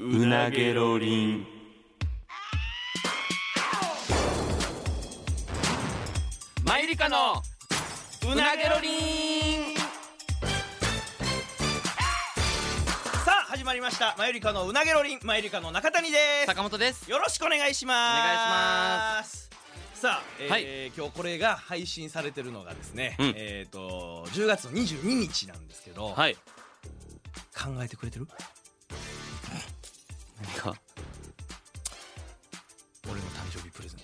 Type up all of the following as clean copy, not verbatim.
うなげろりん。マユリカのうなげろりん。 さあ始まりましたマユリカのうなげろりん。マユリカの中谷です。 坂本です。 よろしくお願いします。 お願いします。 さあ、 はい今日これが配信されてるのがですね、 うん 10月の22日なんですけど、 はい。 考えてくれてる？ 何か俺の誕生日プレゼ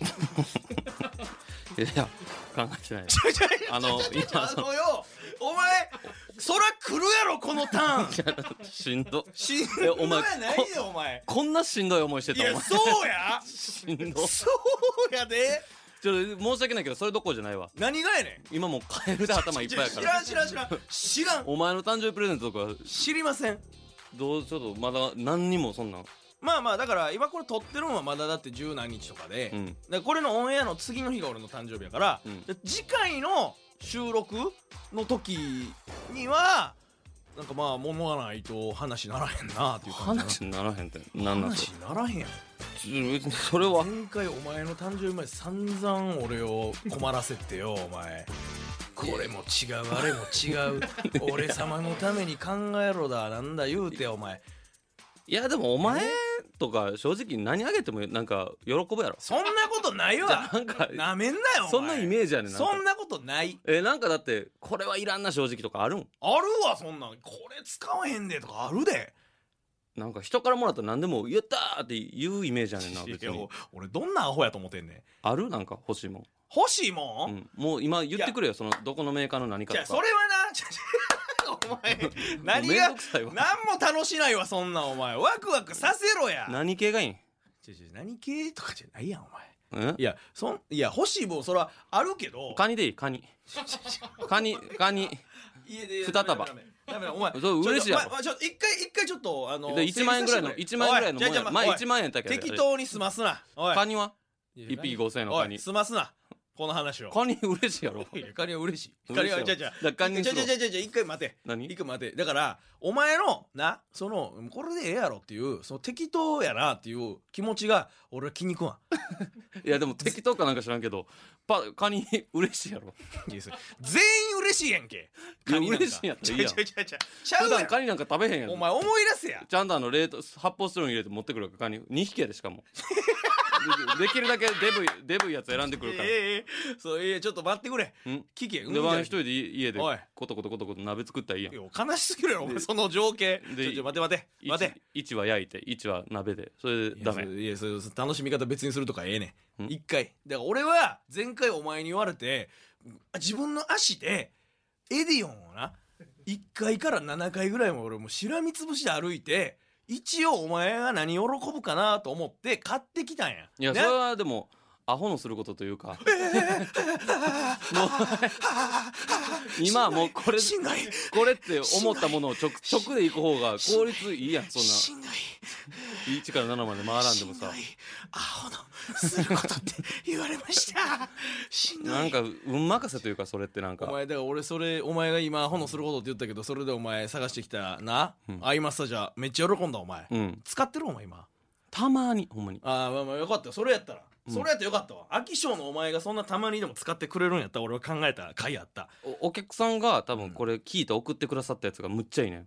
ント。 いや考えてない。今そのよお前そら来るやろこのターン。 しんど。 しんえお前どやないよお前。 こんなしんどい思いしてた。 いやお前そうやしんど。 そうやで。 申し訳ないけどそれどころじゃないわ。 何がやねん。 今もうカエルで頭いっぱいやから。 知らんお前の誕生日プレゼントとか知りません。 ちょっとまだ何にもそんなん。 まあだから今これ撮ってるのはまだだって十何日とかで、 うんだからこれのオンエアの次の日が俺の誕生日やから、 うんで次回の収録の時にはなんかまあ物がないと話ならへんなっていう感じ話にならへんってなんなんそ話ならへんやん。 れ。別にそれは前回お前の誕生日前散々俺を困らせてよお前。これも違うあれも違う俺様のために考えろだなんだ言うてお前。 いやでもお前とか正直何あげてもなんか喜ぶやろ。 そんなことないじゃわあなんかなめんなよお前。 そんなイメージやねん。 そんなことない。 なんかだってこれはいらんな正直とかあるん。 あるわそんなん。これ使わへんでとかあるで。 なんか人からもらったら何でも言ったーって言うイメージやねんな。別いやに俺どんなアホやと思ってんねん。 あるなんか欲しいもん。 欲しいもん、 もう今言ってくれよ。そのどこのメーカーの何かとか。 じゃあそれはなお前何めがんどくさいわ。 何も楽しないわそんなん。お前ワクワクさせろや。 何系がいいん？ 何系とかじゃないやんお前。 ん？ いや欲しいもんそれはあるけど。 カニでいい。カニ家で二束ダメだお前。 そう嬉しいやろ。 一回ちょっとで1万円ぐらいの1万円ぐらいのもんや。前1万円やったっけ。 適当に済ますなおい。 カニは1匹5000円のカニ。 おい済ますなこの話を。 カニ嬉しいやろ。 いやカニは嬉しい。 嬉しいやろ。 じゃカニにするわ。 一回待て。 何？ 一回待て。だからお前のなそのこれでええやろっていうその適当やなっていう気持ちが俺は気に食わん。 いやでも適当かなんか知らんけどカニ嬉しいやろ。 いやそれ全員嬉しいやんけ。カニなんか嬉しいやったらいいやん。 ちゃうやん。 普段カニなんか食べへんやん。 お前思い出せや。 ちゃんと冷凍発泡スチロール入れて持ってくるからカニ2匹やでしかもできるだけデブいやつ選んでくるから。 そうちょっと待ってくれ。 ん聞け。 でワン一人で家でおいコトコト鍋作ったらいいやん。 いや悲しすぎるやろお前その情景。 で待て。 1は焼いて1は鍋でそれでダメ。 いやそれ楽しみ方別にするとかええねん。 ん一回だから俺は前回お前に言われて自分の足でエディオンをな1階から7階ぐらいも俺もしらみつぶしで歩いて一応お前が何喜ぶかなと思って買ってきたんや。 いやそれはでもアホのすることというかもう今はもうこれって思ったものを直で行く方が効率いいやん。そんなしんどい 1から7まで回らんでもさアホのすることって言われましたしんどい。 なんか運任せというかそれってなんかお前だから俺それお前が今アホのすることって言ったけどそれでお前探してきたな、アイマッサージャーめっちゃ喜んだお前、使ってるお前今たまにほんまに。 まあよかったよそれやったら、それやったらよかったわ。飽き性のお前がそんなたまにでも使ってくれるんやったら俺は考えた回あった。 お客さんが多分これ聞いて送ってくださったやつがむっちゃいいねん。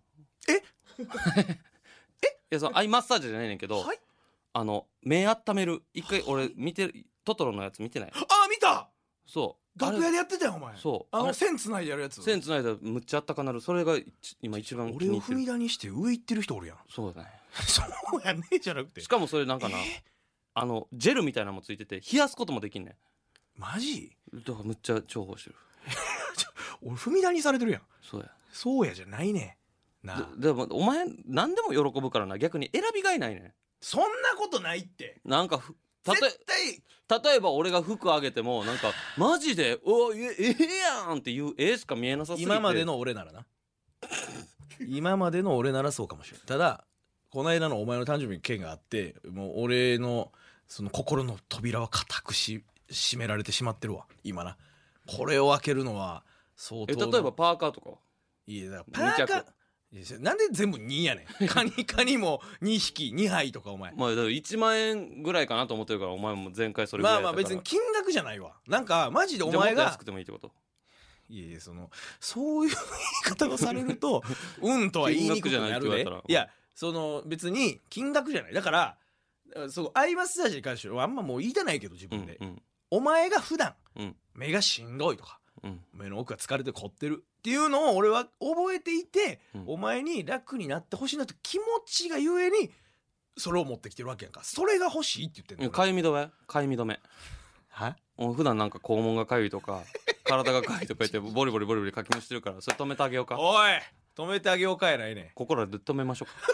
いやそのアイマッサージじゃないねんけど、 はい、 目温める一回俺見てるトトロのやつ見てない？ 見た。 そう楽屋でやってたよお前。 そう線つないでやるやつ。 線つないだらむっちゃあったかなる。それが今一番気俺をに入ってる。 踏み台にして上行ってる人おるやん。 そうだねそうやねえじゃなくてしかもそれなんかな、ジェルみたいなのもついてて冷やすこともできんねん。 マジだからむっちゃ重宝してる。 俺踏み台にされてるやん。 そうやじゃないねな。 でもお前何でも喜ぶからな。逆に選びがいないねん。 そんなことないって。 なんか絶対例えば俺が服あげてもなんかマジでおええやんっていうしか見えなさすぎて。 今までの俺ならな今までの俺ならそうかもしれない。ただこの間のお前の誕生日に件があってもう俺のその心の扉は固く閉められてしまってるわ今な。これを開けるのは相当例えばパーカーとかは？ いやだからいやなんで全部2やねんカニも2匹2杯とかお前まあだから1万円ぐらいかなと思ってるからお前も前回それぐらいやったからまあ別に金額じゃないわなんかマジでお前がじゃあもっと安くてもいいってこといやいやそういう言い方をされるとうんとは言いにくくなる金額じゃないって言われたらいや別に金額じゃないだからアイマッサージに関してはあんまもう言いたないけど自分で、 うんお前が普段、 うん目がしんどいとかうん目の奥が疲れて凝ってるっていうのを俺は覚えていて、 うんお前に楽になってほしいなと気持ちがゆえにそれを持ってきてるわけやんかそれが欲しいって言ってんのかゆみ止めは普段なんか肛門がかゆいとか体がかゆいとか言ってボリボリかきむしてるからそれ止めてあげようかおい止めてあげようかやないねん心で止めましょうか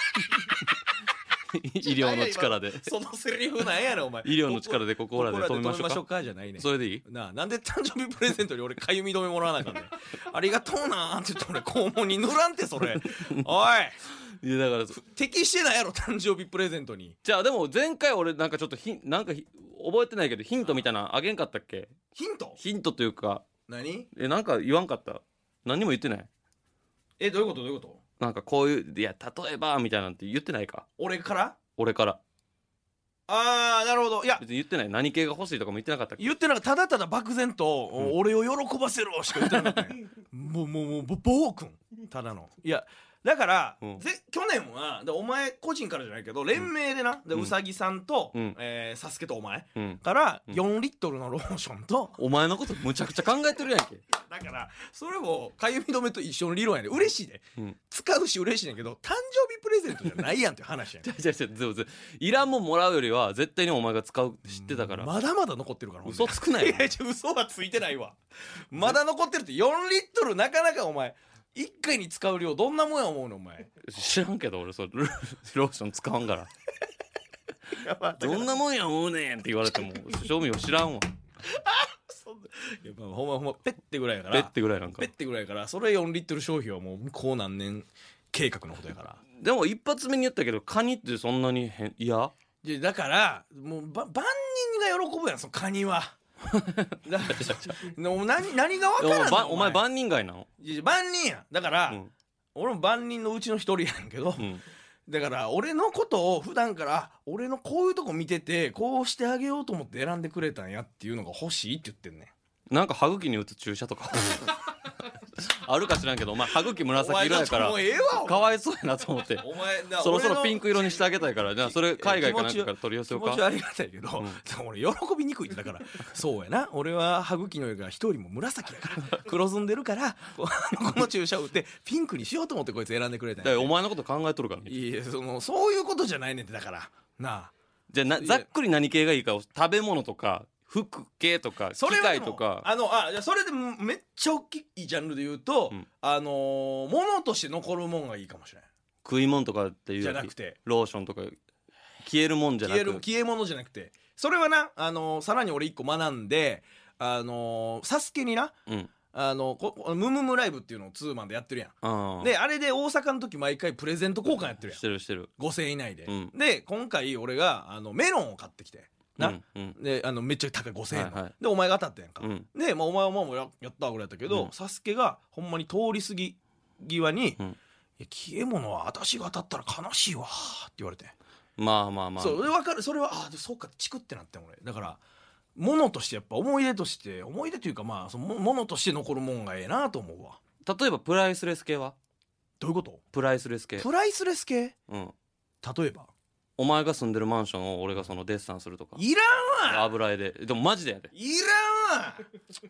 医療の力でそのセリフなんやねんお前医療の力でここらで止めましょうかじゃないねんそれでいいなんで誕生日プレゼントに俺かゆみ止めもらわなあかんねんありがとうなーって言って俺肛門に塗らんてそれおいいやだから適してないやろ誕生日プレゼントにじゃあでも前回俺なんかちょっと覚えてないけどヒントみたいなのあげんかったっけヒントヒントというか何なんか言わんかった何にも言ってないどういうことなんかこういういや例えばみたいなんて言ってないか俺から俺からああなるほどいや別に言ってない何系が欲しいとかも言ってなかったっけ言ってなんかただただ漠然と、俺を喜ばせろしか言ってなかったんやもう暴君ただのいやだから、去年はお前個人からじゃないけど連名でな、うさぎさんと、サスケとお前、から4リットルのローションと、 お前のことむちゃくちゃ考えてるやんけだからそれもかゆみ止めと一緒の理論やね嬉しいで、使うし嬉しいねんけど誕生日プレゼントじゃないやんっていう話やねんじゃいらんもんもらうよりは絶対にお前が使うって知ってたからまだまだ残ってるから嘘つくないよいや嘘はついてないわまだ残ってるって4リットルなかなかお前1回に使う量どんなもんや思うのお前知らんけど俺ローション使わんからどんなもんや思うねんって言われても正味を知らんわいやほんまペッてぐらいやからペッてぐらいなんかペッてぐらいやからそれ4リットル消費はもう向こう何年計画のことやからでも一発目に言ったけどカニってそんなに嫌だからもう万人が喜ぶやんそのカニはだ何が分からんのお前万人街なの万人やだから、俺も万人のうちの一人やんけど、だから俺のことを普段から俺のこういうとこ見ててこうしてあげようと思って選んでくれたんやっていうのが欲しいって言ってんねんなんか歯茎に打つ注射とかあるか知らんけどお前歯茎紫色やからかわいそうやなと思ってお前そろそろピンク色にしてあげたいからじゃあそれ海外かなんかから取り寄せようか気持ちはありがたいけど、俺喜びにくいってだからそうやな俺は歯茎の色が一人も紫やから黒ずんでるからこの注射を打ってピンクにしようと思ってこいつ選んでくれたんやだからお前のこと考えとるからねいやそういうことじゃないねんってだからなあじゃあざっくり何系がいいか食べ物とか服系とか機械とかじゃあそれでめっちゃ大きいジャンルで言うと、物として残るもんがいいかもしれない食い物とかっていうじゃなくてローションとか消えるもんじゃなく消え物じゃなくてそれはなさらに俺一個学んでサスケにな、ムムムライブっていうのをツーマンでやってるやんであれで大阪の時毎回プレゼント交換やってるやんしてる 5000円以内で、で今回俺がメロンを買ってきてな、でめっちゃ高い5000円の、でお前が当たったやんか、で、お前はもうやったぐらいやったけど、サスケがほんまに通り過ぎ際に、いや消え物は私が当たったら悲しいわって言われてまあそう分かるそれはそうかチクってなってん俺だから物としてやっぱ思い出というか物として残るもんがええなと思うわ例えばプライスレス系はどういうことプライスレス系例えばお前が住んでるマンションを俺がそのデッサンするとかいらんわ油絵ででもマジでやでいらんわ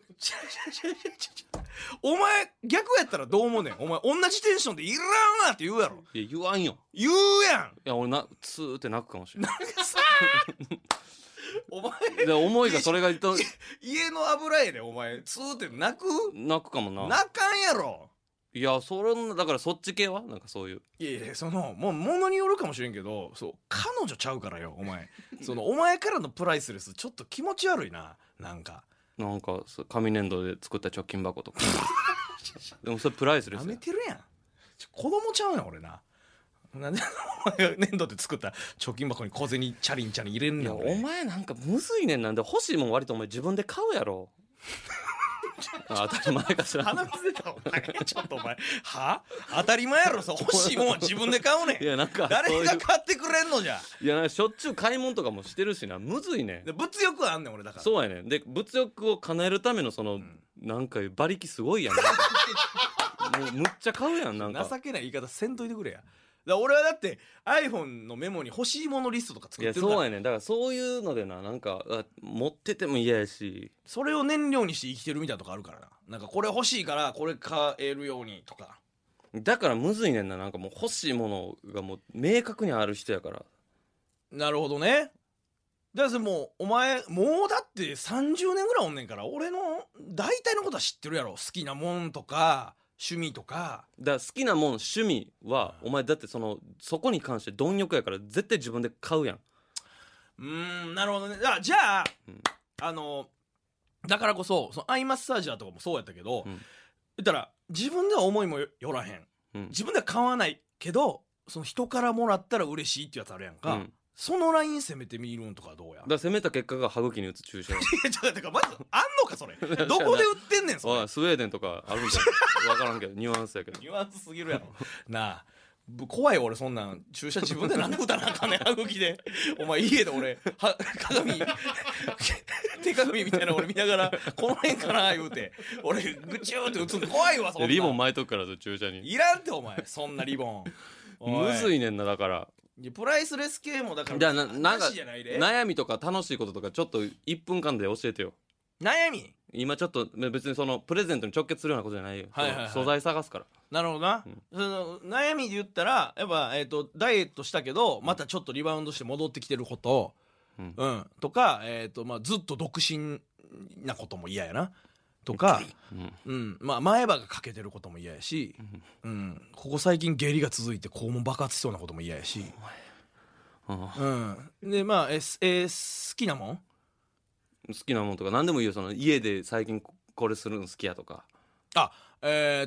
お前逆やったらどう思うねんお前同じテンションでいらんわって言うやろいや言わんよ言うやんいや俺ツーって泣くかもしれないお前で思いがそれが家の油絵でお前ツーって泣くかもな泣かんやろいやだからそっち系はなんかそういういやもう物によるかもしれんけど彼女ちゃうからよお前お前からのプライスレスちょっと気持ち悪いななんか紙粘土で作った貯金箱とかでもそれプライスレスやめてるやん子供ちゃうやん俺ななんでお前が粘土で作った貯金箱に小銭チャリンチャリン入れんねんお前なんかむずいねんなんで欲しいもん割とお前自分で買うやろ当たり前かしら。 鼻水出たお前ちょっとお前は当たり前やろ。そう欲しいもんは自分で買うねん。 いやなんか誰が買ってくれんのじゃ。 いやなんかしょっちゅう買い物とかもしてるしな、むずいねん。 で物欲はあんねん俺だから。 そうやねん。で物欲を叶えるためのその、なんか馬力すごいやん。もうむっちゃ買うやんなんか。 情けない言い方せんといてくれや。だから俺はだって iPhone のメモに欲しいものリストとか作いやってるから。 そうやねん。だからそういうのでなんか持ってても嫌やし。 それを燃料にして生きてるみたいなとこあるからな。なんかこれ欲しいからこれ買えるようにとか。 だからむずいねんな。なんかもう欲しいものがもう明確にある人やから。 なるほどね。だからもうお前もうだって30年ぐらいおんねんから、俺の大体のことは知ってるやろ。好きなもんとか趣味とか。 だから好きなもん趣味はお前だってそこに関して貪欲やから絶対自分で買うやん。 なるほどね。じゃあ、 うんだからこそアイマッサージャーとかもそうやったけど、 うん言ったら自分では思いもよらへん、 うん自分では買わないけどその人からもらったら嬉しいってやつあるやんか、 うんそのライン攻めてみるんとかどうや。 だから攻めた結果が歯茎に打つ注射。 いやちょっと待ってまずあんのかそれどこで売ってんねんそれ。 おいスウェーデンとかあるんじゃん。分からんけどニュアンスやけど。 ニュアンスすぎるやろなあ。怖いよ俺そんなん注射自分でなんで打たなあかんねん歯茎で。お前家で俺鏡手鏡みたいな俺見ながらこの辺かな言うて俺グチューって打つの怖いわ。そんなんリボン巻いとくから注射に。 いらんってお前そんなリボンむずい。 いねんな。だからプライスレス系もだからじゃあなんか話じゃないで。 悩みとか楽しいこととかちょっと1分間で教えてよ。 悩み。 今ちょっと別にそのプレゼントに直結するようなことじゃないよ。 はいはいはい素材探すから。 なるほどな、その悩みで言ったらやっぱ、ダイエットしたけどまたちょっとリバウンドして戻ってきてること、とか、ずっと独身なことも嫌やなとか、前歯が欠けてることも嫌やし、ここ最近下痢が続いて肛門爆発しそうなことも嫌やし、で好きなもん好きなもんとか何でもいいよ。その家で最近これするの好きやとか。 で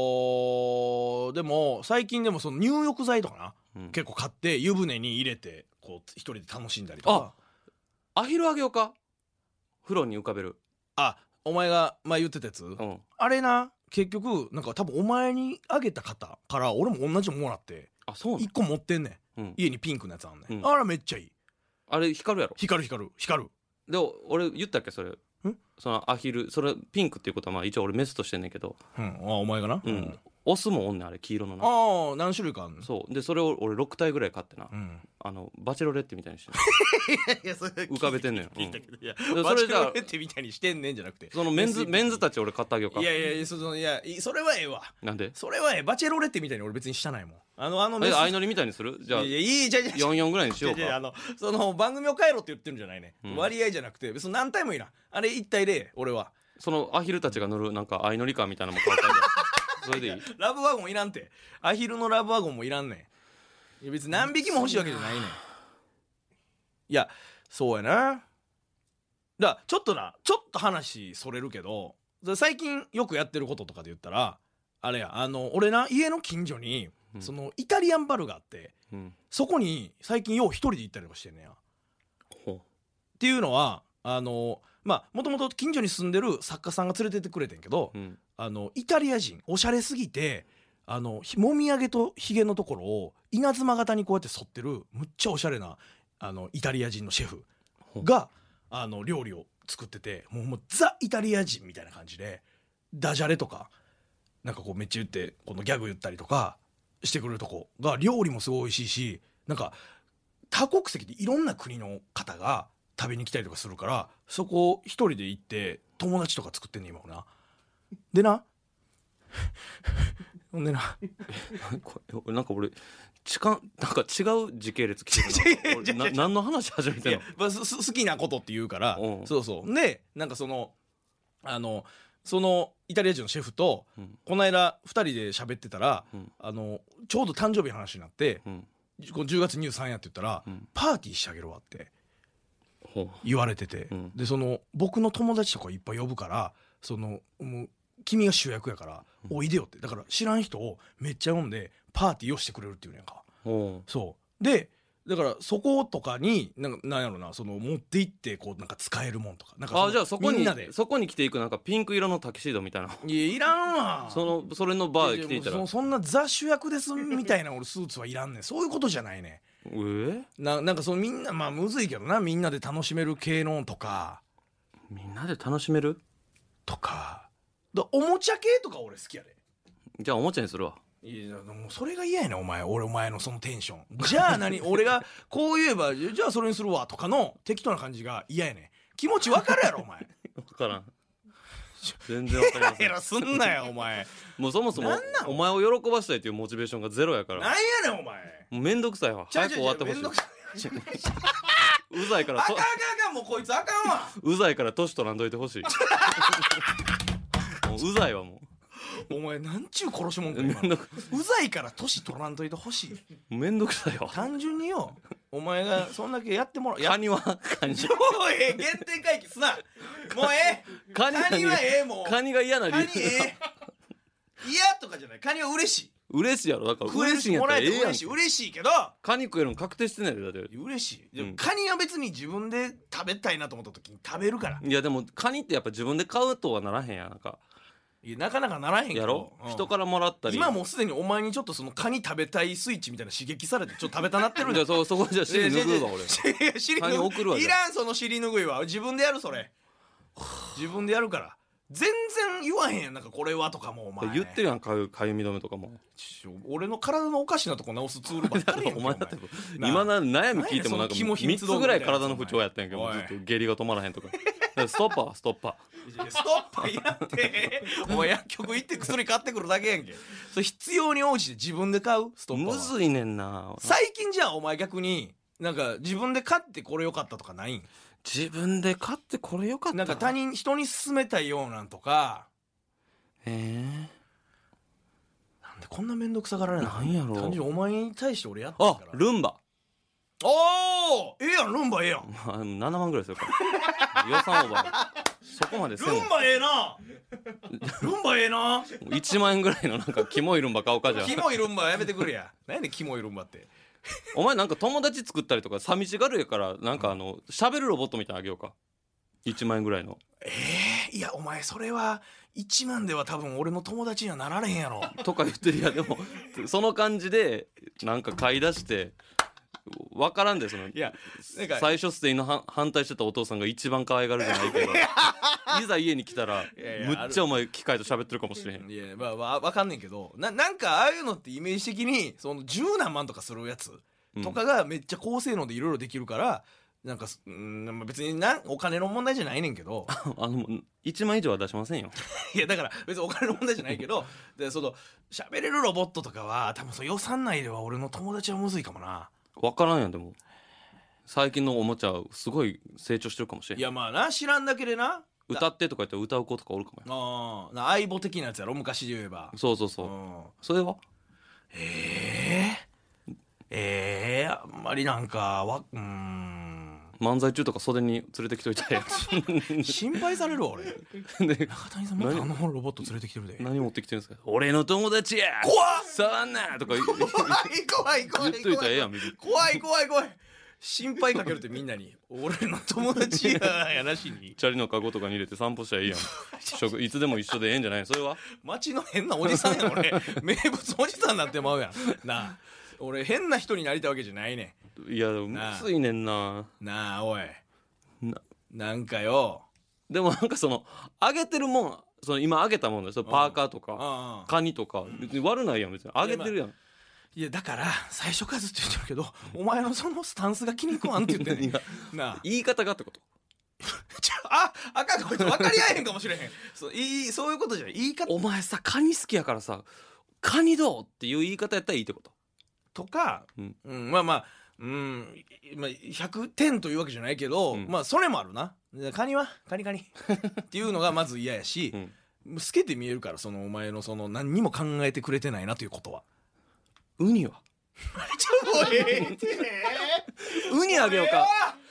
も最近でもその入浴剤とかな、結構買って湯船に入れてこう一人で楽しんだりとか。 アヒルあげようか。風呂に浮かべる。 お前が前言ってたやつ、あれな結局なんか多分お前にあげた方から俺も同じのもらってそう 1個持ってんねん、家にピンクのやつあんねん、あれめっちゃいい。 あれ光るやろ。 光る。 で俺言ったっけそれ。そのアヒルそれピンクっていうことはまあ一応俺メスとしてんねんけど、 お前がな、 オスもおんねんあれ黄色のな。 何種類かあんねん。 そうでそれを俺6体ぐらい買ってな、バチェロレッテみたいにしていやそれ浮かべてんねん。 聞いたけど、いやそれじゃあバチェロレッテみたいにしてんねんじゃなくて、 そのメンズたち俺買ってあげようか。 いやそれはええわ。 なんでそれはええ。バチェロレッテみたいに俺別にしたないもん。メス相乗りみたいにする。じゃあ44ぐらいにしようか。 その番組を変えろって言ってるんじゃないね、割合じゃなくて別に何体もいいな。あれ1体で俺はそのアヒルたちが乗るなんか相乗りカーみたいなのも買うからそれでいい。 ラブワゴンいらんて。アヒルのラブワゴンもいらんねん。いや別に何匹も欲しいわけじゃないねん。いやそうやな。ちょっと話それるけど最近よくやってることとかで言ったらあれや俺な家の近所に、そのイタリアンバルがあって、そこに最近よう一人で行ったりとかしてんねや。っていうのはもともと近所に住んでる作家さんが連れてってくれてんけど、イタリア人おしゃれすぎてもみあげとひげのところを稲妻型にこうやって剃ってるむっちゃおしゃれなイタリア人のシェフが料理を作ってて、もうザ・イタリア人みたいな感じでダジャレとかなんかこうめっちゃ言ってこのギャグ言ったりとかしてくれるとこが料理もすごい美味しいし、なんか多国籍でいろんな国の方が食べに来たりとかするから、そこ一人で行って友達とか作ってんねん今もな。でなほんでななんか俺なんか違う時系列来てるな。何の話始めてんの。 好きなことって言うから、そうでなんかそのイタリア人のシェフと、この間2人で喋ってたら、ちょうど誕生日の話になって、この10月23やって言ったら、パーティーしてあげるわって言われてて、で僕の友達とかいっぱい呼ぶからもう君が主役やからおいでよって。だから知らん人をめっちゃ呼んでパーティーをしてくれるっていうねんか。そうでだからそことかになんやろな、その持って行ってこうなんか使えるもんとか、なんかじゃあそこにみんなで着ていくなんかピンク色のタキシードみたいな、 いやいらんわ。 それのバーへ来ていたら、 そんなザ主役ですみたいな俺スーツはいらんねん。そういうことじゃないね。なんかそのみんなまあむずいけどな、みんなで楽しめる系のとかみんなで楽しめるおもちゃ系とか俺好きやで。 じゃあおもちゃにするわ。 いやもうそれが嫌やねんお前のそのテンション。じゃあ何俺がこう言えばじゃあそれにするわとかの適当な感じが嫌やねん。気持ちわかるやろお前。 分からん、全然分かりません。 ヘラすんなよお前。 もうそもそもなんなんお前を喜ばしたいというモチベーションがゼロやから、 なんやねんお前。 もうめんどくさいわ。早く終わってほしい。 めんどくさい。 うざいからあかんもうこいつあかんわ。 うざいから年取らんといてほしい。もううざいわもお前なんちゅう殺しもんかう。 今の。うざいから年取らんといてほしい。 めんどくさいわ。 単純によお前がそんだけやってもらう。 カニはカニもう原点回帰すな。もうカニはもうカニが嫌な理由。 カニ嫌とかじゃない。カニは嬉しい。 嬉しいやろ。だから嬉しいもらえて嬉しいけど、 カニ食えるの確定してないでだって。 嬉しい。でもカニは別に自分で食べたいなと思った時に食べるから。 いやでもカニってやっぱ自分で買うとはならへんやん。なんかいやなかなかならへんけどやろ、人からもらったり。 今もうすでにお前にちょっとそのカニ食べたいスイッチみたいな刺激されてちょっと食べたなってる。 じゃあそこじゃあ尻拭うわ俺。カニ送るわ。 いらんその尻拭いは自分でやる。それ自分でやるから全然言わへんやん。なんかこれはとかもお前言ってるやん。かゆみ止めとかも。 俺の体のおかしなとこ直すツールばっかりやんけ。 お前だって今悩み聞いてもなんか3つぐらい体の不調やったんやけど、ずっと下痢が止まらへんとか。ストッパーストッパーやってお前薬局行って薬買ってくるだけやんけ。それ必要に応じて自分で買うストッパーはむずいねんな。 最近じゃあお前逆になんか自分で買ってこれ良かったとかないん？ 自分で買ってこれ良かった。 なんか人に勧めたいようなんとか。なんでこんな面倒くさがられない？ なんやろ。 単純にお前に対して俺やってるから。 ルンバ。 おお、ええやん。ルンバええやん。 7万ぐらいするから予算オーバー。そこまでせんわ。 ルンバええな。ルンバええな。 1万円ぐらいのなんかキモいルンバ買おうか。じゃあキモいルンバやめてくれや。何やねんキモいルンバって。 お前なんか友達作ったりとか寂しがるやから、なんか喋るロボットみたいなのあげようか。1万円ぐらいの。 いやお前それは1万では多分俺の友達にはなられへんやろ。 とか言ってる。いやでもその感じでなんか買い出して分からんで、そのいやなんか最初ステイの反対してたお父さんが一番可愛がるじゃないけどいざ家に来たらむっちゃお前機械と喋ってるかもしれへん。 いやまあ分かんねんけど、なんかああいうのってイメージ的にその十何万とかするやつとかがめっちゃ高性能でいろいろできるから、なんか別にお金の問題じゃないねんけど 1万以上は出しませんよ。 いやだから別にお金の問題じゃないけどでその喋れるロボットとかは多分その予算内では俺の友達はむずいかもな。 分からんやん。でも最近のおもちゃすごい成長してるかもしれん。 いやまあな知らんだけでな。 歌ってとか言って歌う子とかおるかもや。 相棒的なやつやろ昔で言えば。 そう、それはあんまりなんか漫才中とか袖に連れてきといたや心配されるわ俺。 で中谷さんまたロボット連れてきてるで。 何持ってきてるんですか。俺の友達や怖っ触んなとか言っ怖いといたらええやん。 怖い心配かけるってみんなに俺の友達やなしにチャリのカゴとかに入れて散歩したらええやん。いつでも一緒でええんじゃない。それは街の変なおじさんやん俺。名物おじさんになってまうやんなあ。俺変な人になりたいわけじゃないねん。いやむずいねんなおいなんかよ。 でもなんかあげてるもん、今あげたもんだよ。パーカーとかカニとか別に悪ないやん。別にあげてるやん。 いやだから最初からずっと言ってるけどお前のそのスタンスが気に食わんって言ってんねんなあ。 言い方がってこと。 あかんこいつ分かり合えへんかもしれへん。そういうことじゃない。言い方お前さカニ好きやからさカニどうっていう言い方やったらいいってこと。 とか、まあ100点というわけじゃないけど、まあそれもあるな。カニっていうのがまず嫌やし、透けて見えるからお前の何にも考えてくれてないなということは。 ウニはウニあげようか。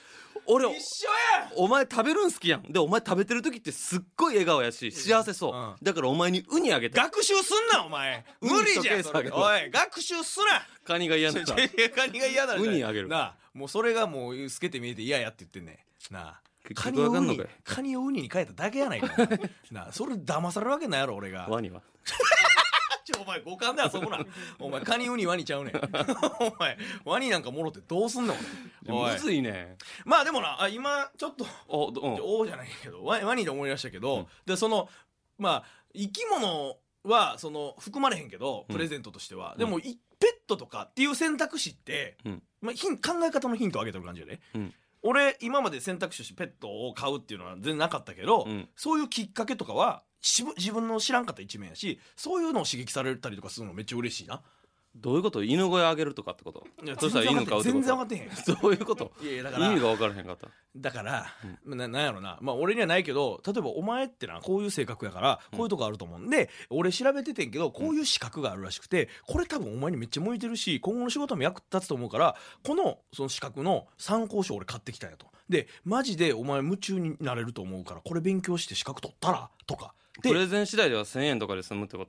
俺一緒やん。 お前食べるん好きやん。でお前食べてる時ってすっごい笑顔やし幸せそう、 うん、 だからお前にウニあげて。 学習すんなお前。無理じゃんそれ。おい学習すな。 カニが嫌ならカニが嫌だ。 ウニあげるなあ、もうそれがもう透けて見えて嫌やって言ってんねんなあ。カニをウニに変えただけやないかなあ。それ騙されるわけないやろ俺が。 ワニはお前五感で遊ぶな。お前カニウニワニちゃうねんお前ワニなんかもろってどうすんのおむずいね。 まあでもな、今ちょっとおじゃないけどワニで思い出したけど、 うん、 でそのまあ生き物はその含まれへんけど、プレゼントとしては、 うん、 でもペットとかっていう選択肢って、 うん、 まあ、考え方のヒントをあげてる感じよね、 うん、 俺今まで選択肢としてペットを飼うっていうのは全然なかったけど、 うん、 そういうきっかけとかは自分の知らんかった一面やし、そういうのを刺激されたりとかするのめっちゃ嬉しいな。 どういうこと？犬小屋あげるとかってこと？ いやそしたら犬飼うってこと？ 全然分かってへん。 そういうこと？ いやいやだから意味が分からへんかった。 だから、なんやろな、まあ俺にはないけど、例えばお前ってなこういう性格やからこういうとこあると思うんで、俺調べててんけどこういう資格があるらしくて、これ多分お前にめっちゃ向いてるし今後の仕事も役立つと思うから、その資格の参考書俺買ってきたんやと。でマジでお前夢中になれると思うからこれ勉強して資格取ったらとか。 プレゼン次第では1000円とかで済むってこと？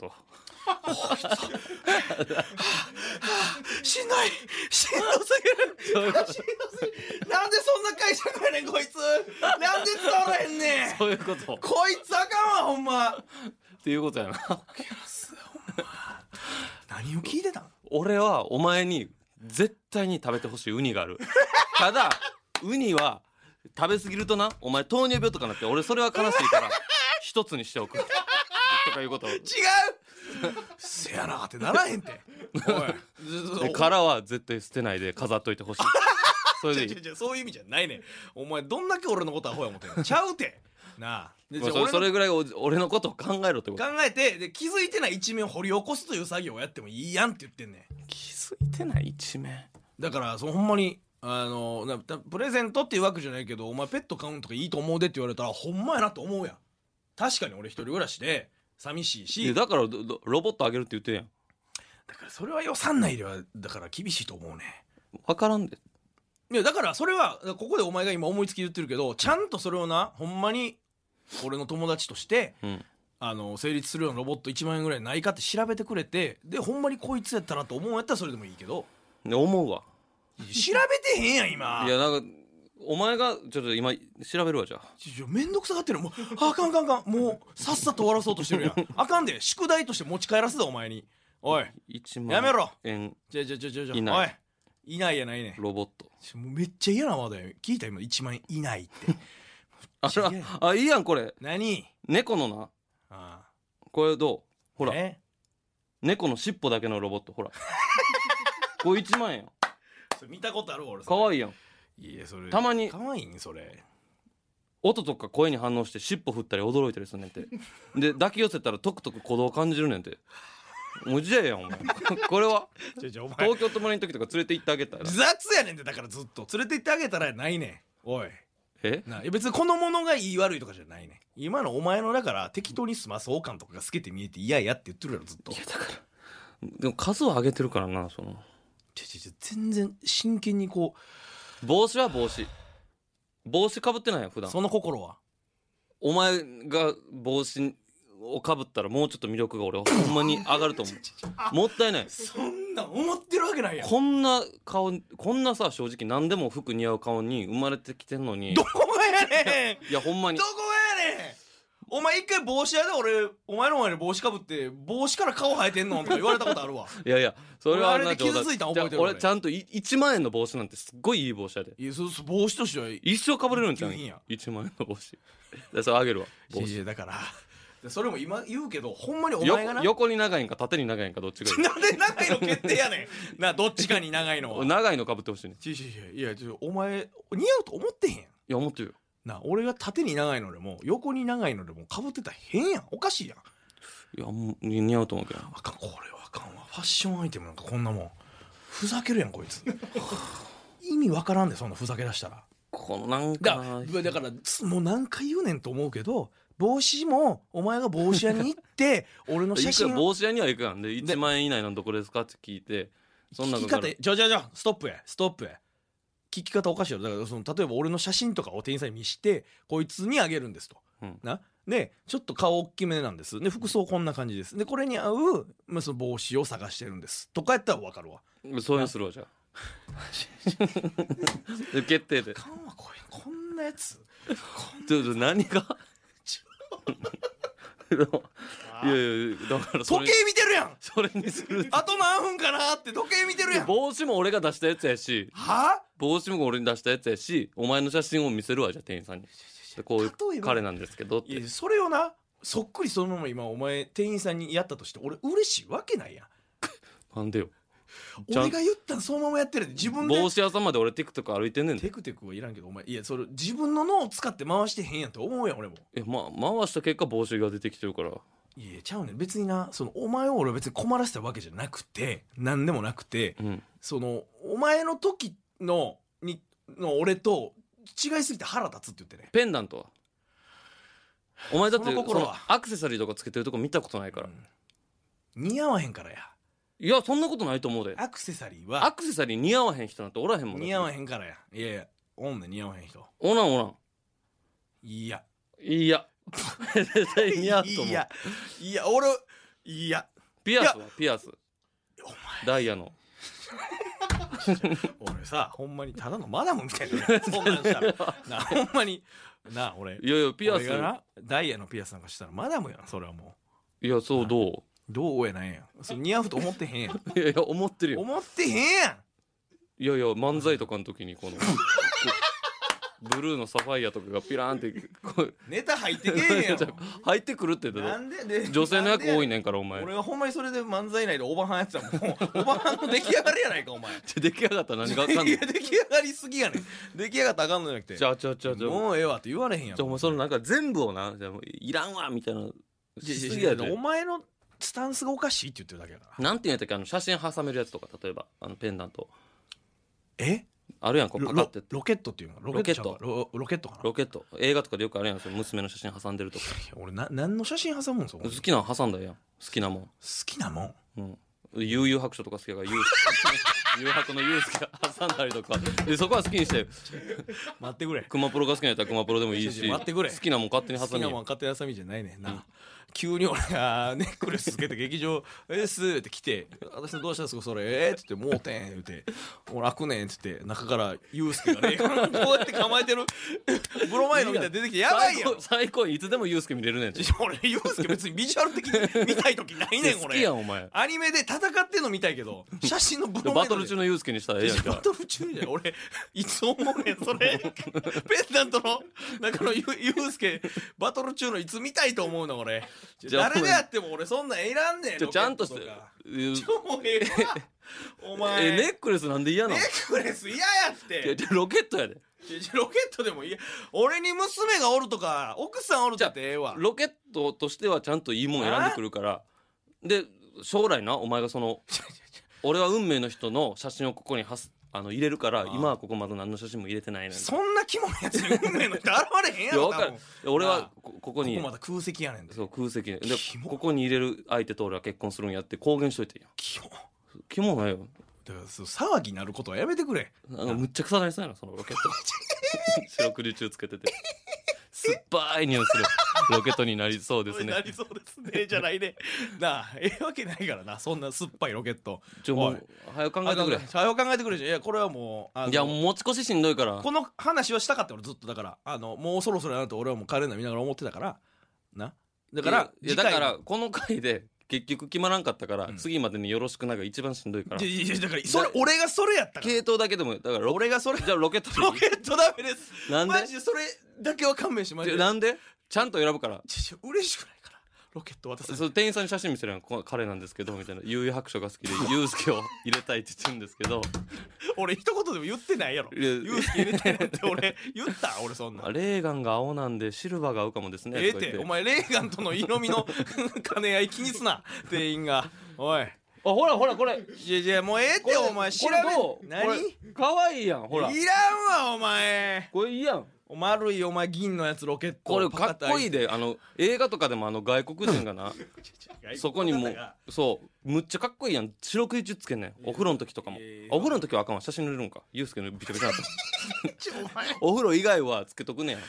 しんどいしんどすぎるなんでそんな会社やねんこいつ。なんで伝わらへんねんそういうこと。 こいつあかんわほんまっていうことやな何を聞いてたん？ 俺はお前に絶対に食べてほしいウニがあるただウニは食べ過ぎるとなお前糖尿病とかなって、俺それは悲しいから一つにしておくとかいうこと違うせやなってならへんておい殻は絶対捨てないで飾っといてほしいそれでいいそういう意味じゃないねん。お前どんだけ俺のことアホや思ってんのちゃうてなあ。 それぐらい俺のことを考えろってこと。 考えてで気づいてない一面を掘り起こすという作業をやってもいいやんって言ってんねん。 気づいてない一面だからほんまにプレゼントっていうわけじゃないけど、お前ペット飼うんとかいいと思うでって言われたらほんまやなと思うやん。確かに俺一人暮らしで寂しいし、 だからロボットあげるって言ってるやん。 だからそれは予算内ではだから厳しいと思うね。 分からんで。 いやだからそれはここでお前が今思いつき言ってるけど、ちゃんとそれをなほんまに俺の友達として、うん、成立するようなロボット1万円ぐらいないかって調べてくれて、でほんまにこいつやったなと思うんやったらそれでもいいけど。 思うわ。 調べてへんやん今。 いやなんかお前がちょっと今調べるわ。じゃあめんどくさがってる。もうあかんもうさっさと終わらそうとしてるやんあかんで、宿題として持ち帰らせだお前に。おい 1万円やめろ。 いない。 おいいないやないねロボット。 もうめっちゃ嫌なワードや。聞いた今1万円いないってあいいやんこれ。 何猫のなこれどう？ほら猫の尻尾だけのロボットほらこれ1万円やん。 それ見たことある俺。 かわいいやん。 いやそれたまにかわいいんそれ。 音とか声に反応して尻尾振ったり驚いたりするねんてで抱き寄せたらトクトク鼓動感じるねんて。もうじゃやんお前これは東京泊まりの時とか連れて行ってあげたら。 雑やねんて。だからずっと連れて行ってあげたらないねん。おい別にこのものがいい悪いとかじゃないねん。今のお前のだから適当に済まそう感とかが透けて見えて嫌やって言ってるやろずっと。いやだからでも数を上げてるからな。その全然真剣にこう帽子は帽子かぶってないよ普段。 その心はお前が帽子をかぶったらもうちょっと魅力が俺はほんまに上がると思うもったいない。 そんな思ってるわけないやん。 こんな顔こんなさ正直何でも服似合う顔に生まれてきてんのに。 どこがやねんいやほんまにどこがやねん。お前一回帽子屋で俺お前の前に帽子かぶって帽子から顔生えてんのとか言われたことあるわいやそれはあれで傷ついたん覚えてる。 俺ちゃんと1万円の帽子なんてすっごいいい帽子やで。 いや帽子としては一生かぶれるんちゃう1万円の帽子それあげるわ帽子。 だからそれも今言うけどほんまにお前がな横に長いんか縦に長いんかどっちがいいなんで長いの決定やねんな。どっちかに長いのは長いのかぶってほしいね。 いやお前似合うと思ってへんやん。いや思ってるよな。俺が縦に長いのでも横に長いのでもかぶってたら変やん。おかしいやん。 いやもう似合うと思うけど。 あかんこれはあかんわ。ファッションアイテムなんかこんなもんふざけるやんこいつ意味わからんでそんなふざけ出したら。 このなんかだからもう何回言うねんと思うけど、帽子もお前が帽子屋に行って俺の写真帽子屋には行くやんで1万円以内のどこですかって聞いてそんな聞き方ストップや聞き方おかしいよ。だからその例えば俺の写真とかを店員さんに見してこいつにあげるんですと、 うんなでちょっと顔大きめなんですで服装こんな感じですでこれに合う、まあ、その帽子を探してるんですとかやったら分かるわ。 そういうのするわじゃあ決定でかんわこんなやつちょっと何がいやいやだからそれ時計見てるやんそれにするあと何分かなって時計見てるやん帽子も俺が出したやつやしは帽子も俺に出したやつやしお前の写真を見せるわじゃあ店員さんにでこういう例えば彼なんですけどっていやそれをなそっくりそのまま今お前店員さんにやったとして俺嬉しいわけないやん。 なんでよちゃん俺が言ったんそのままやってるで自分で帽子屋さんまで俺テクテク歩いてんねんでテクテクはいらんけどお前いやそれ自分の脳を使って回してへんやんって思うやん俺も。 回した結果帽子が出てきてるからいやちゃうねん別になそのお前を俺は別に困らせたわけじゃなくて何でもなくてうんそのお前の時の俺と違いすぎて腹立つって言ってね。 ペンダントはお前だってその心はそのアクセサリーとかつけてるとこ見たことないから、 似合わへんからや。 いやそんなことないと思うでアクセサリーアはクセサリー似合わへん人なんておらへんもん似合わへんからや。いやいやおんねん似合わへん人。 おらんおらんいやいや絶対似合うと思ういやいや俺いやピアスはピアスお前ダイヤの俺さほんまにただのマダムみたいなそんなんしたらなほんまにな俺いやいやピアス俺がなダイヤのピアスなんかしたらマダムやなそれはもいやそうどうどうやなんやそれ似合うと思ってへんやんういやいや思ってるよ思ってへんやん。 いやいや漫才とかの時にこのブルーのサファイアとかがピラーンってこうネタ入ってけえへんやん入ってくるって言ってたなんでで女性の役多いねねんからお前俺がほんまにそれで漫才内でおばはんやってたらもうおばはんの出来上がりやないかお前出来上がったら何があかんのいや出来上がりすぎやねん出来上がったらあかんのじゃなくてじゃあじゃあじゃあじゃあもうええわって言われへんやん。 じゃあお前そのなんか全部をなじゃあもういらんわみたいなしすぎやでお前のスタンスがおかしいって言ってるだけやから。 なんて言うんやったっけ写真挟めるやつとか例えばペンダントえあるやんこうパカってロケットっていうのロケットちゃうかロケットかな。 ロケット映画とかでよくあるやんその娘の写真挟んでるとかいや俺何の写真挟むんそこ好きなの挟んだらやん好きなもん好きなもんうん悠々白書とか好きやから誘白のユースケ挟んだりとかでそこは好きにして待ってくれ熊プロが好きなやったら熊プロでもいいし待ってくれ好きなもん勝手に挟み好きなもん勝手に挟みじゃないねんな、急に俺がネックレスつけて劇場「えっす」って来て「私のどうしたんですかそれ」って言って「もうてん」言って「俺開くねん」って言って中からユースケがねこうやって構えてるブロマイドみたいに出てきてやばいやん。 最高いつでもユースケ見れるねんて俺ユースケ別にビジュアル的に見たい時ないねん好俺きやんお前アニメで戦ってんの見たいけど写真のブロマイドでバトル中のユースケにしたらええやんじゃバトル中じゃん俺いつ思うねんそれペンダントの中のユースケバトル中のいつ見たいと思うの俺じゃあ誰でやっても俺そんなんいらんねんちゃんとして超ええわお前ネックレスなんで嫌なのネックレス嫌やってロケットやでロケットでもいい俺に娘がおるとか奥さんおるとってええわロケットとしてはちゃんといいもん選んでくるからで将来なお前がその俺は運命の人の写真をここに入れるから今はここまだ何の写真も入れてないねんそんなキモいやつに運命の人現れへんやろいや分かる俺はここにここまだ空席やねんでそう空席でキモここに入れる相手と俺は結婚するんやって公言しといてんやキモキモないよだからそう騒ぎになることはやめてくれなんかむっちゃ臭なりそうやなそのロケット四六時中つけてて酸っぱい匂いするロケットになりそうですねなりそうですねじゃないねなあええわけないからなそんな酸っぱいロケットもおいう早く考えてくれ早く考えてくれじゃんいやこれはもういやもう持ち越ししんどいからこの話はしたかった俺ずっとだからもうそろそろやなと俺はもうカレンダー見ながら思ってたからなだからいやだからこの回で結局決まらんかったから、次までによろしくないが一番しんどいからいやだから俺がそれやったから系統だけでもだから俺がそれじゃあロケットロケットダメですなんでマジでそれだけは勘弁してマジでなんでちゃんと選ぶから嬉しくないからロケット渡されその店員さんに写真見せるやんこの彼なんですけどみたいな悠々白書が好きでユースケを入れたいって言ってるんですけど俺一言でも言ってないやろいやユースケ入れたいなんて俺言った俺そんなレーガンが青なんでシルバーが合うかもですねええっとか言てお前レーガンとの色味の兼ね合い気にすな店員がおいあほらほらこれいやもうええってお前調べこれどう何これかわいいやんほらいらんわお前これいいやん丸いお前銀のやつロケットこれかっこいいでで映画とかでも外国人がなそこにもそうむっちゃかっこいいやん四六時中つけんねんお風呂の時とかもお風呂の時はあかんわ写真塗れるんかユースケのビチャビチャなったお風呂以外はつけとくねん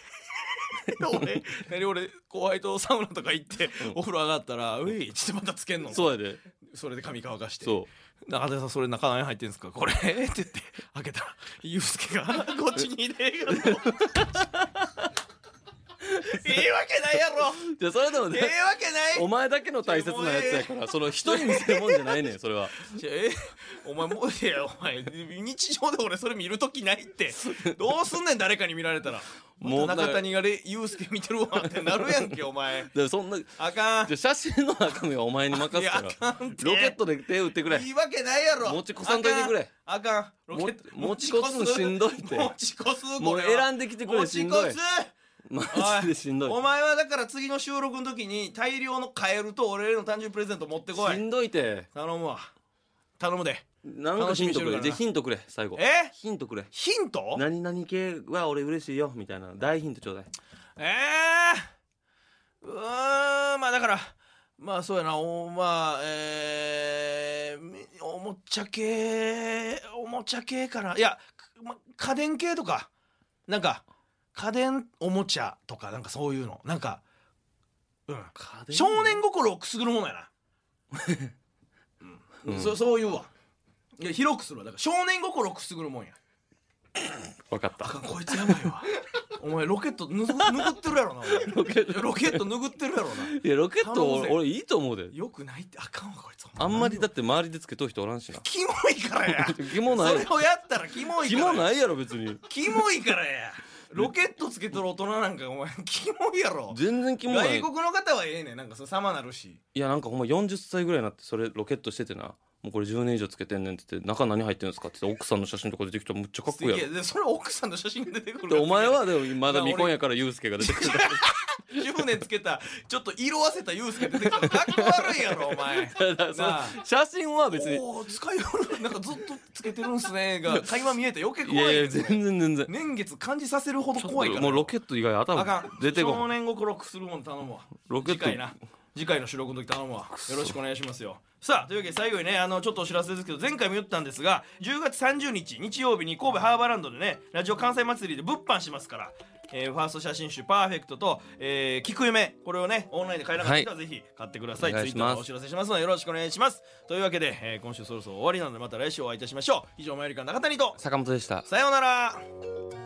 俺後輩とサウナとか行ってお風呂上がったら「うい」ちょっとまたつけんのそうやでそれで髪乾かしてそう中田さんそれ中何入ってんすかこれって言って開けたらユースケがこっちにいていいわけないやろじゃそれでもねわけないお前だけの大切なやつやからその人に見せるもんじゃないねんそれはお前もういやお前日常で俺それ見るときないってどうすんねん誰かに見られたらもう中谷がユースケ見てるわってなるやんけお前でそんなあかんじゃ写真の中身はお前に任すからいやあかんってロケットで手打ってくれいいわけないやろ持ち越さんといてくれあかんロケット持ち越すのしんどいって持ち越すもう選んできてくれ持ちしんどい越すマジでしんどいお前はだから次の収録の時に大量のカエルと俺への誕生日プレゼント持ってこいしんどいて頼むわ頼むでなんかヒントくれじゃあヒントくれ最後ヒントくれヒント何々系は俺嬉しいよみたいな大ヒントちょうだいまあだからまあそうやなおもちゃ系からいや、家電系とかなんか家電おもちゃとかなんかそういうのなんか少年心をくすぐるものやな、そういうわいや広くするわだから少年心をくすぐるもんや分かったこいつやばいわお前ロケット拭ってるやろなロケット拭ってるやろないやロケット俺いいと思うでよくないってあかんわこいつあんまりだって周りでつけとる人おらんしなキモいからやキモないそれをやったらキモいからキモないやろ別にキモいからやロケットつけとる大人なんかお前キモいやろ全然キモない外国の方はええねんなんかそれ様なるしいやなんかほんま40歳ぐらいになってそれロケットしててなもうこれ10年以上つけてんねんって言って中何入ってんですかって言って奥さんの写真とか出てきたらむっちゃかっこいいやろいやそれ奥さんの写真が出てくるでお前はでもまだ未婚やからユースケが出てくる 10年つけたちょっと色あせたユースケ出てくるかっこ悪いやろお前写真は別に使いよるなんかずっとつけてるんすねが会話見えて余計怖いいやいや全然年月感じさせるほど怖いからもうロケット以外頭あかん出てこ少年心くするもん頼むわロケット次回の収録の時頼むわよろしくお願いしますよさあというわけで最後にねちょっとお知らせですけど前回も言ったんですが10月30日日曜日に神戸ハーバーランドでねラジオ関西祭りで物販しますからファースト写真集パーフェクトと聞く夢これをねオンラインで買えなかった人はぜひ買ってください、ツイッターでお知らせしますのでよろしくお願いしますというわけで、今週そろそろ終わりなのでまた来週お会いいたしましょう以上マヨリカの中谷と坂本でしたさようなら。